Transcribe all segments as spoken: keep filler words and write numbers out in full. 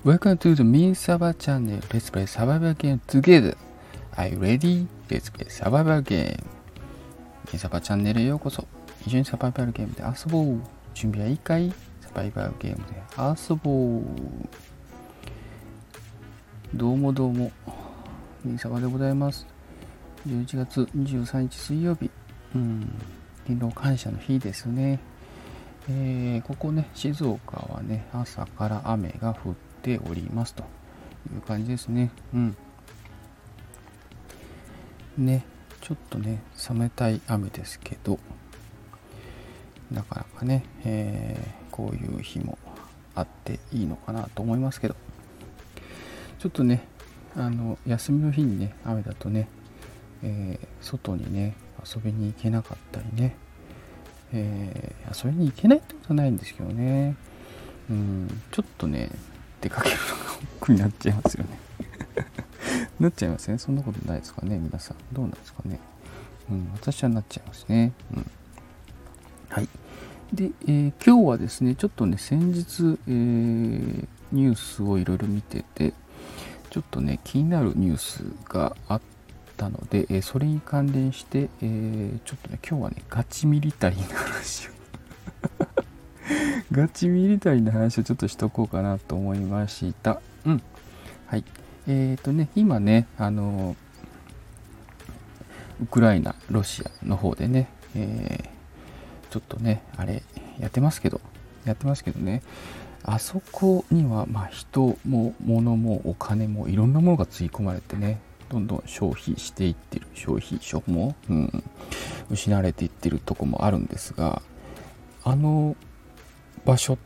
Welcome to the Me Saba channel. Let's play survival game together. Are you ready? Let's play survival game. Me Sabaチャンネルへようこそ。一緒にサバイバルゲームで遊ぼう。準備はいいかい？サバイバルゲームで遊ぼう。どうもどうも。Me Sabaでございます。じゅういちがつにじゅうさんにち水曜日。うん。勤労感謝の日ですね。えー、ここね、静岡はね、朝から雨が降っておりますという感じですね。うん。ね、ちょっとね、冷たい雨ですけど、なかなかね、えー、こういう日もあっていいのかなと思いますけど、ちょっとね、あの、休みの日にね、雨だとね、えー、外にね、遊びに行けなかったりね、えー、遊びに行けないってことはないんですけどね、うん、ちょっとね、出かけるのが億劫になっちゃいますよねなっちゃいますね。そんなことないですかね、皆さん。どうなんですかね。うん、私はなっちゃいますね。うん、はい。で、えー、今日はですね、ちょっとね、先日、えー、ニュースをいろいろ見てて、ちょっとね、気になるニュースがあったので、えー、それに関連して、えー、ちょっとね、今日はね、ガチミリタリーの話をガチミリタリーの話をちょっとしとこうかなと思いました。うん。はい。えっとね、今ね、あの、ウクライナ、ロシアの方でね、えー、ちょっとね、あれ、やってますけど、やってますけどね、あそこには、まあ、人も物もお金もいろんなものがつぎ込まれてね、どんどん消費していってる、消費、消耗、うん、失われていってるとこもあるんですが、あの場所って、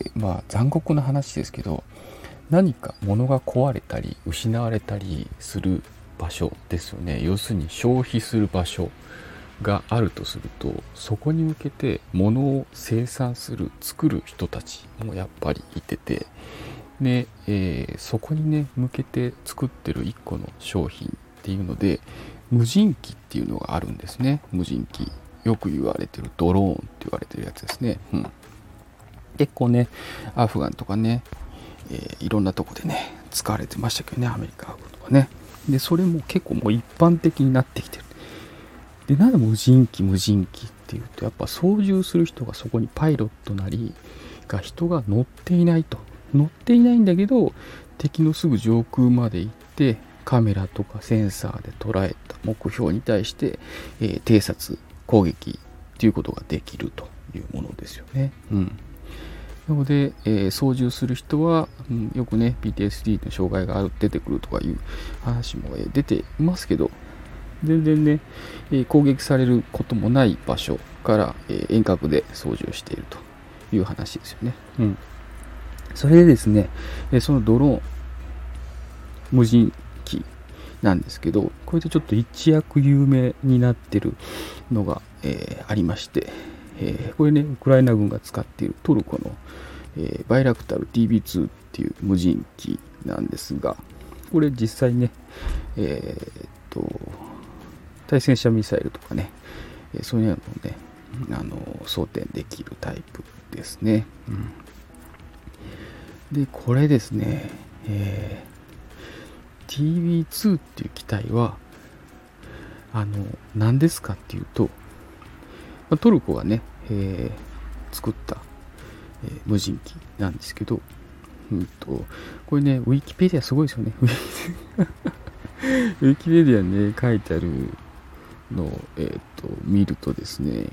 まあ、残酷な話ですけど、何か物が壊れたり失われたりする場所ですよね。要するに消費する場所があるとすると、そこに向けて物を生産する作る人たちもやっぱりいてて、で、えー、そこにね向けて作ってる一個の商品っていうので、無人機っていうのがあるんですね。無人機、よく言われてるドローンって言われてるやつですね。うん、結構ね、アフガンとかね、えー、いろんなとこでね使われてましたけどね、アメリカとかね。でそれも結構もう一般的になってきてる。で、なんで無人機無人機っていうと、やっぱ操縦する人がそこにパイロットなりが人が乗っていないと、乗っていないんだけど敵のすぐ上空まで行ってカメラとかセンサーで捉えた目標に対して、えー、偵察攻撃っていうことができるというものですよね。うん。なので、えー、操縦する人は、うん、よくね ピーティーエスディー の障害が出てくるとかいう話も、えー、出ていますけど、全然ね、えー、攻撃されることもない場所から、えー、遠隔で操縦しているという話ですよね。うん。それでですね、えー、そのドローン無人機なんですけど、これでちょっと一躍有名になってるのが、えー、ありまして、えー、これね、ウクライナ軍が使っているトルコの、えー、バイラクタル ティービーツー っていう無人機なんですが、これ実際ね、えー、っと、対戦車ミサイルとかね、えー、そういうのをね、あの装填できるタイプですね。うん、で、これですね、えー、ティービーツー っていう機体は、あの、何ですかっていうと、トルコがね、えー、作った、えー、無人機なんですけど、うんと、これね、ウィキペディアすごいですよね。ウィキペディアにね、書いてあるのを、えー、と見るとですね、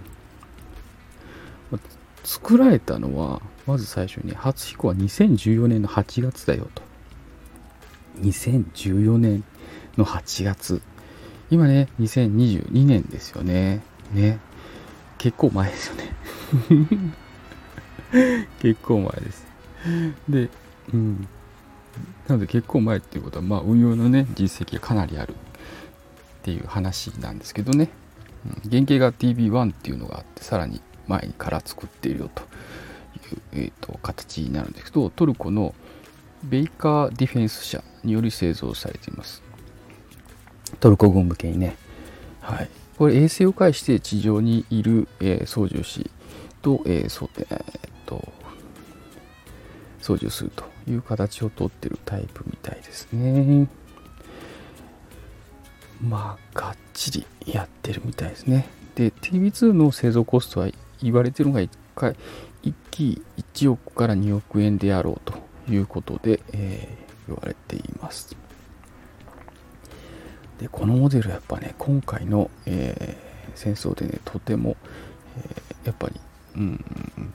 作られたのは、まず最初に、初飛行はにせんじゅうよねんのはちがつだよと。にせんじゅうよねんのはちがつ。今ね、にせんにじゅうにねんですよね。ね。結構前ですよね。結構前です。で、うん。なので結構前っていうことは、まあ運用のね、実績がかなりあるっていう話なんですけどね。うん、原型が ティービーワン っていうのがあって、さらに前から作っているよという、えー、と形になるんですけど、トルコのベイカーディフェンス社により製造されています。トルコ軍向けにね。はい。これ衛星を介して地上にいる、えー、操縦士と、えーそうえー、っと操縦するという形をとってるタイプみたいですね。まあがっちりやってるみたいですね。で ティービーツー の製造コストは言われてるのがいっかいいっきいちおくからにおくえんであろうということで、えー、言われています。でこのモデルはやっぱね今回の、えー、戦争でねとても、えー、やっぱり、うん、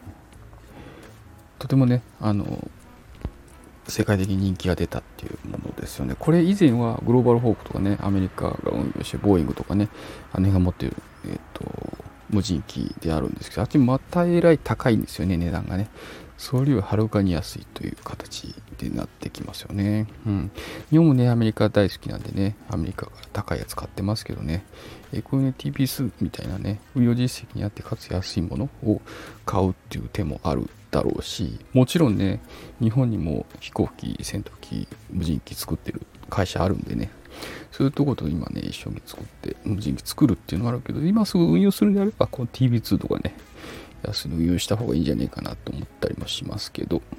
とてもねあの世界的に人気が出たっていうものですよね。これ以前はグローバルホークとかねアメリカが運用してボーイングとかねあの辺が持っている、えー、と無人機であるんですけど、あっちまたえらい高いんですよね、値段がね。それよりはるかに安いという形でなってきますよね。うん。日本もね、アメリカ大好きなんでね、アメリカから高いやつ買ってますけどね、えこういうね、ティービーツー みたいなね、運用実績にあってかつ安いものを買うっていう手もあるだろうし、もちろんね、日本にも飛行機、戦闘機、無人機作ってる会社あるんでね、そういうところと今ね、一緒に作って、無人機作るっていうのがあるけど、今すぐ運用するんであれば、この ティービーツー とかね、安いの運用した方がいいんじゃねえかなと思ったりもしますけど。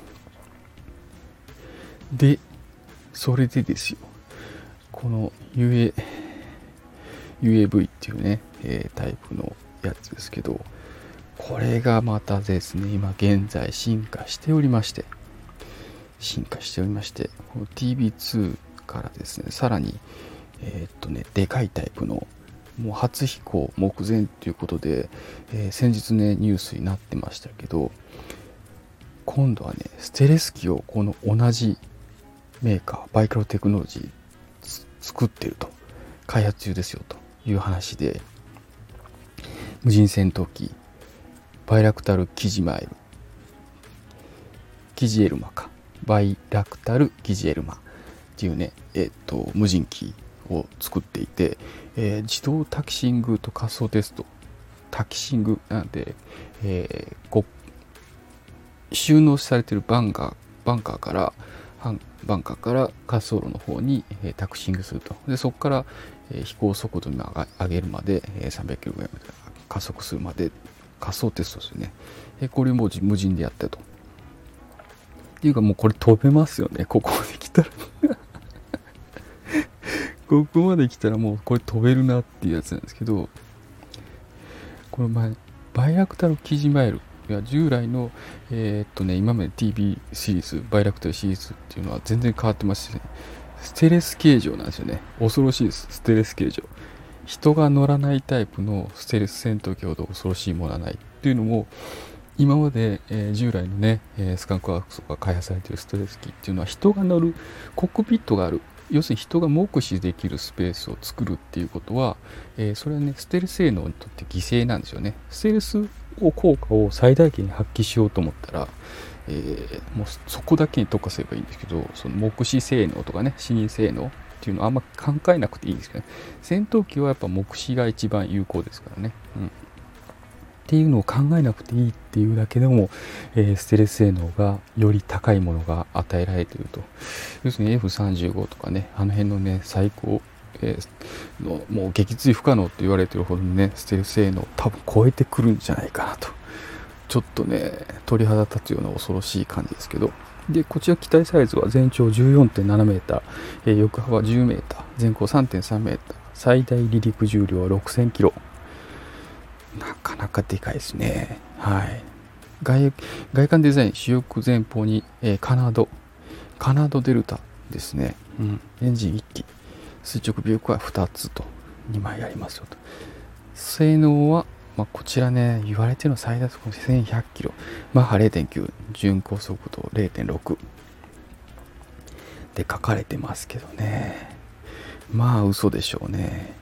で、それでですよ、この ユーエー、ユーエーブイ っていうね、えー、タイプのやつですけど、これがまたですね、今現在進化しておりまして、進化しておりまして、この ティービーツー からですね、さらに、えー、っとね、でかいタイプの、もう初飛行目前ということで、えー、先日ね、ニュースになってましたけど、今度はね、ステレス機をこの同じメーカー、バイカロテクノロジー作ってると、開発中ですよという話で、無人戦闘機、バイラクタルキジマイル、キジエルマか、バイラクタルキジエルマっていうね、えっと、無人機を作っていて、えー、自動タキシングと滑走テスト、タキシングなんで、えー、こ収納されているバンカー、バンカーから、バンカーから滑走路の方に、えー、タクシングすると。で、そこから、えー、飛行速度に上げるまで、えー、さんびゃくキロぐらいまで加速するまで、滑走テストですよね。えー、これも無人でやったと。っていうかもうこれ飛べますよね、ここまで来たら。ここまで来たらもうこれ飛べるなっていうやつなんですけど、この前バイラクタルキジマイルいや従来のえー、っとね今まで ティービー シリーズバイラクタルシリーズっていうのは全然変わってましてね、ステレス形状なんですよね。恐ろしいです。ステレス形状、人が乗らないタイプのステレス戦闘機ほど恐ろしいものはないっていうのも、今まで、えー、従来のね、えー、スカンクワークスとか開発されているステレス機っていうのは人が乗るコックピットがある、要するに人が目視できるスペースを作るっていうことは、えー、それはねステルス性能にとって犠牲なんですよね。ステルスを効果を最大限に発揮しようと思ったら、えー、もうそこだけに特化すればいいんですけど、その目視性能とかね視認性能っていうのはあんま考えなくていいんですけどね。戦闘機はやっぱ目視が一番有効ですからね。うんっていうのを考えなくていいっていうだけでも、えー、ステレス性能がより高いものが与えられていると。要するに エフさんじゅうご とかね、あの辺のね最高、えー、のもう撃墜不可能と言われているほどのねステレス性能を多分超えてくるんじゃないかなと、ちょっとね鳥肌立つような恐ろしい感じですけど。でこちら機体サイズは全長 じゅうよんてんななメーター、えー、横幅じゅうメーター、全高 さんてんさんメーター、最大離陸重量はろくせんキロ。なかなかでかいですね。はい。外外観デザイン、主翼前方に、えー、カナド、カナドデルタですね。うん、エンジンいっき、垂直尾翼はふたつとにまいありますよと。性能は、まあ、こちらね、言われてるの最大速度せんひゃくキロ、マッハ れいてんきゅう、巡航速度 れいてんろく で書かれてますけどね。まあ嘘でしょうね。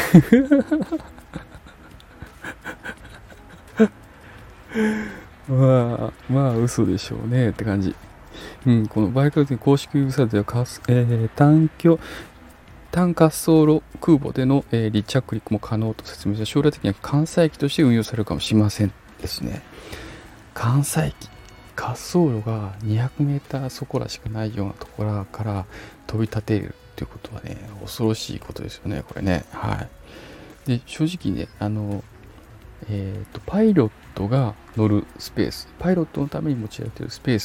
まあまあ嘘でしょうねって感じ。うん、このバイカルティ公式ウェブサイトでは、えー、単距単滑走路空母での、えー、離着陸も可能と説明した。将来的には艦載機として運用されるかもしれませんですね。艦載機、滑走路がにひゃくメーターそこらしかないようなところから飛び立てるっていうことはね、恐ろしいことですよね、これね。はい。で、正直ね、あの、えーと、パイロットが乗るスペース、パイロットのために用いられているスペース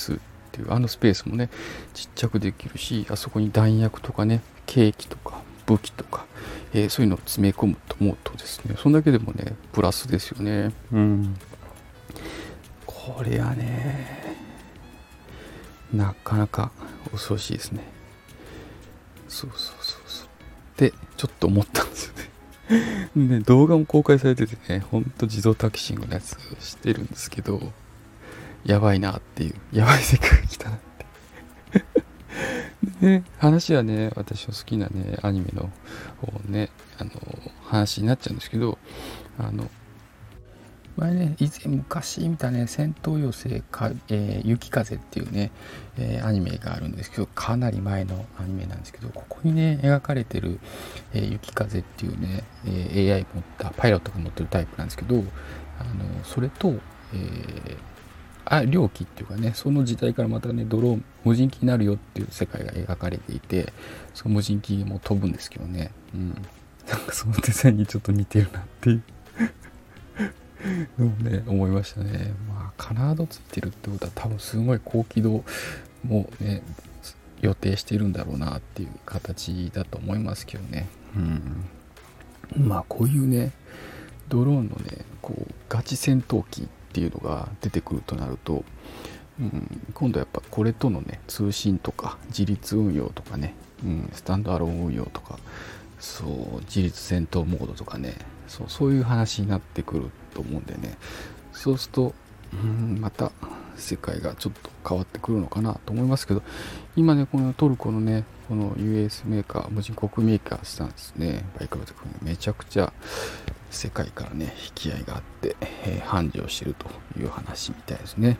っていうあのスペースもねちっちゃくできるし、あそこに弾薬とかね兵器とか武器とか、えー、そういうのを詰め込むと思うとですね、そんだけでもねプラスですよね。うん、これはねなかなか恐ろしいですね。そうそうそうそうってちょっと思ったんですよねで動画も公開されててね、ほんと自動タキシングのやつしてるんですけど、やばいなっていう、やばい世界が来たなってで、話はね、私の好きなねアニメの方ね、あの話になっちゃうんですけど、あの前ね、以前昔見たね、戦闘妖精か、えー、雪風っていうね、えー、アニメがあるんですけど、かなり前のアニメなんですけど、ここにね描かれてる、えー、雪風っていうね、えー、エーアイ 持ったパイロットが持ってるタイプなんですけど、あのそれと、えー、あ猟奇っていうかね、その時代からまたねドローン無人機になるよっていう世界が描かれていて、その無人機も飛ぶんですけどね、うん、なんかそのデザインにちょっと似てるなっていうでもね思いましたね。まあカナードついてるってことは多分すごい高機動もね予定してるんだろうなっていう形だと思いますけどね。うん、まあこういうねドローンのねこうガチ戦闘機っていうのが出てくるとなると、うん、今度やっぱこれとのね通信とか自立運用とかね、うん、スタンドアローン運用とか、そう自立戦闘モードとかね、そう、そういう話になってくると思うんでね、そうすると、うん、また世界がちょっと変わってくるのかなと思いますけど、今ねこのトルコのねこの ユーエス メーカー、無人航空メーカーさんですね、バイクロテクにめちゃくちゃ世界からね引き合いがあって、えー、繁盛してるという話みたいですね。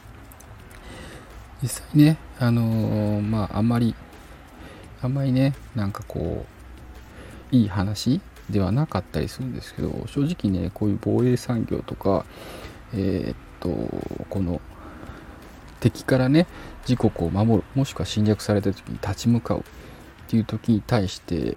実際ねあのー、まああんまりあんまりねなんかこういい話ではなかったりするんですけど、正直ねこういう防衛産業とか、えー、っとこの敵からね自国を守る、もしくは侵略された時に立ち向かうっていう時に対して、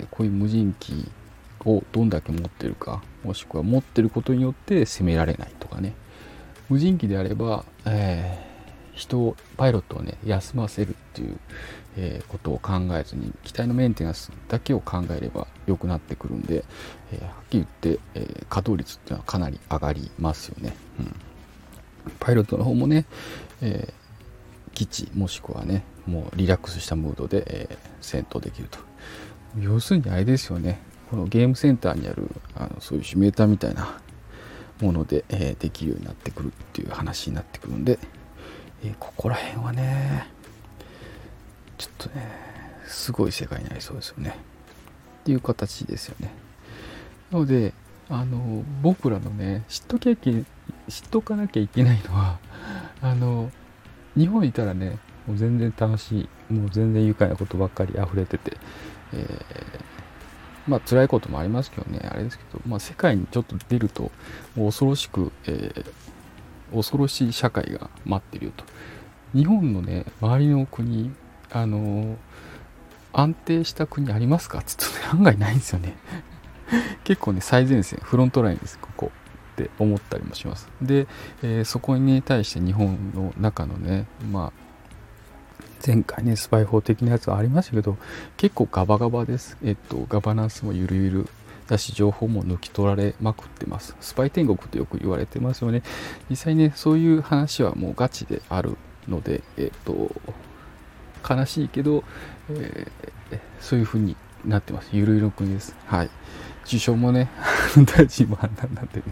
こういう無人機をどんだけ持ってるか、もしくは持ってることによって攻められないとかね、無人機であれば、えー、人をパイロットをね休ませるっていう、えー、ことを考えずに機体のメンテナンスだけを考えれば良くなってくるんで、えー、はっきり言って、えー、稼働率っていうのはかなり上がりますよね。うん、パイロットの方もね、えー、基地もしくはねもうリラックスしたムードで、えー、戦闘できると。要するにあれですよね、このゲームセンターにあるあのそういうシミュレーターみたいなもので、えー、できるようになってくるっていう話になってくるんで、えー、ここら辺はねちょっとねすごい世界になりそうですよねっていう形ですよね。なのであの僕らのね知っときゃいけ知っとかなきゃいけないのは、あの日本にいたらねもう全然楽しい、もう全然愉快なことばっかり溢れてて、えー、まあ辛いこともありますけどね、あれですけど、まあ、世界にちょっと出るともう恐ろしく、えー、恐ろしい社会が待ってるよと。日本のね周りの国、あのー、安定した国ありますかちょっとね案外ないんですよね結構ね最前線フロントラインですここって思ったりもします。で、えー、そこに、ね、対して日本の中のね、まあ前回ねスパイ法的なやつはありましたけど、結構ガバガバです。えっとガバナンスもゆるゆるだし、情報も抜き取られまくってます。スパイ天国ってよく言われてますよね。実際ねそういう話はもうガチであるので、えっと悲しいけど、えー、そういう風になってます。ゆるゆる国です。はい。首相もね大臣もあんなんなんでね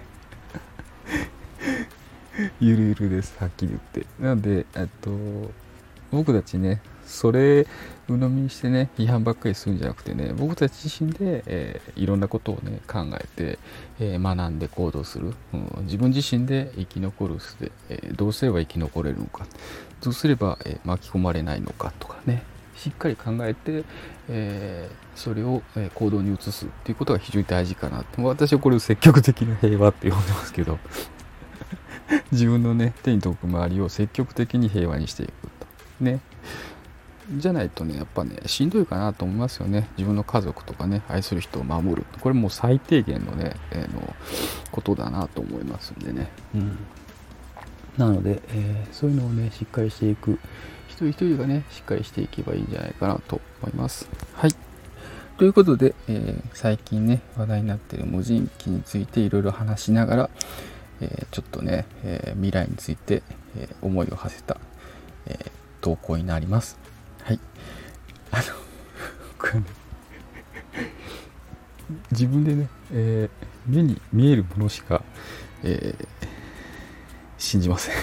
ゆるゆるです、はっきり言って。なのでえっと僕たちねそれ鵜呑みにしてね批判ばっかりするんじゃなくてね、僕たち自身で、えー、いろんなことをね考えて、えー、学んで行動する、うん、自分自身で生き残る術で、えー、どうすれば生き残れるのか、どうすれば、えー、巻き込まれないのかとかね、しっかり考えて、えー、それを、えー、行動に移すっていうことが非常に大事かなと。私はこれを積極的な平和って呼んでますけど自分のね手に届く周りを積極的に平和にしていくとね、じゃないとねやっぱねしんどいかなと思いますよね。自分の家族とかね愛する人を守る、これもう最低限のね、えー、のことだなと思いますんでね、うん、なので、えー、そういうのをねしっかりしていく一人一人がねしっかりしていけばいいんじゃないかなと思います。はい、ということで、えー、最近ね話題になっている無人機についていろいろ話しながら、えー、ちょっとね、えー、未来について、えー、思いを馳せた、えー、投稿になります。はい、あの僕はね自分でね、えー、目に見えるものしか、えー、信じません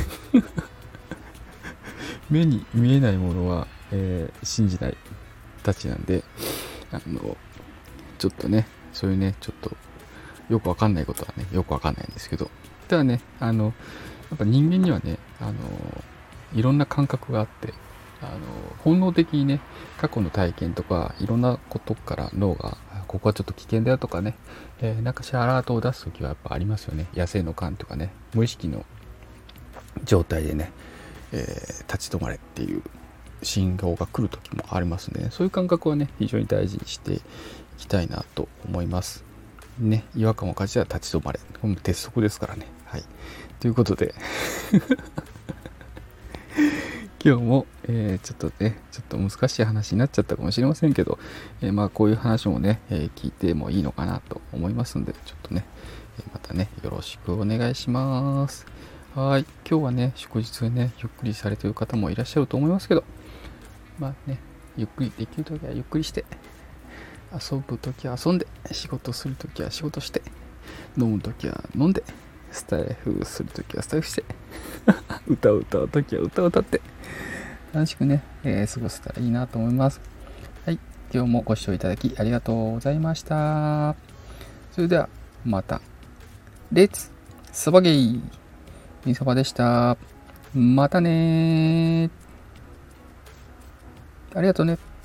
目に見えないものは、えー、信じないたちなんで、あのちょっとねそういうねちょっとよくわかんないことはねよくわかんないんですけど、ただねあのやっぱ人間にはねあのいろんな感覚があって、あの本能的にね過去の体験とかいろんなことから脳がここはちょっと危険だよとかね、えー、なんかしらアラートを出すときはやっぱありますよね。野生の感とかね無意識の状態でね、えー、立ち止まれっていう信号が来るときもありますね。そういう感覚はね非常に大事にしていきたいなと思いますね。違和感を感じたら立ち止まれ、これも鉄則ですからね。はい、ということで今日も、えー、ちょっとねちょっと難しい話になっちゃったかもしれませんけど、えー、まあこういう話もね、えー、聞いてもいいのかなと思いますんで、ちょっとね、えー、またねよろしくお願いします。はい、今日はね祝日でねゆっくりされている方もいらっしゃると思いますけど、まあねゆっくりできるときはゆっくりして、遊ぶときは遊んで、仕事するときは仕事して、飲むときは飲んで、スタイフするときはスタイフして歌を歌うときは歌を歌って楽しくね、えー、過ごせたらいいなと思います。はい、今日もご視聴いただきありがとうございました。それではまた。レッツサバゲイみそばでした。またねー。ありがとうね。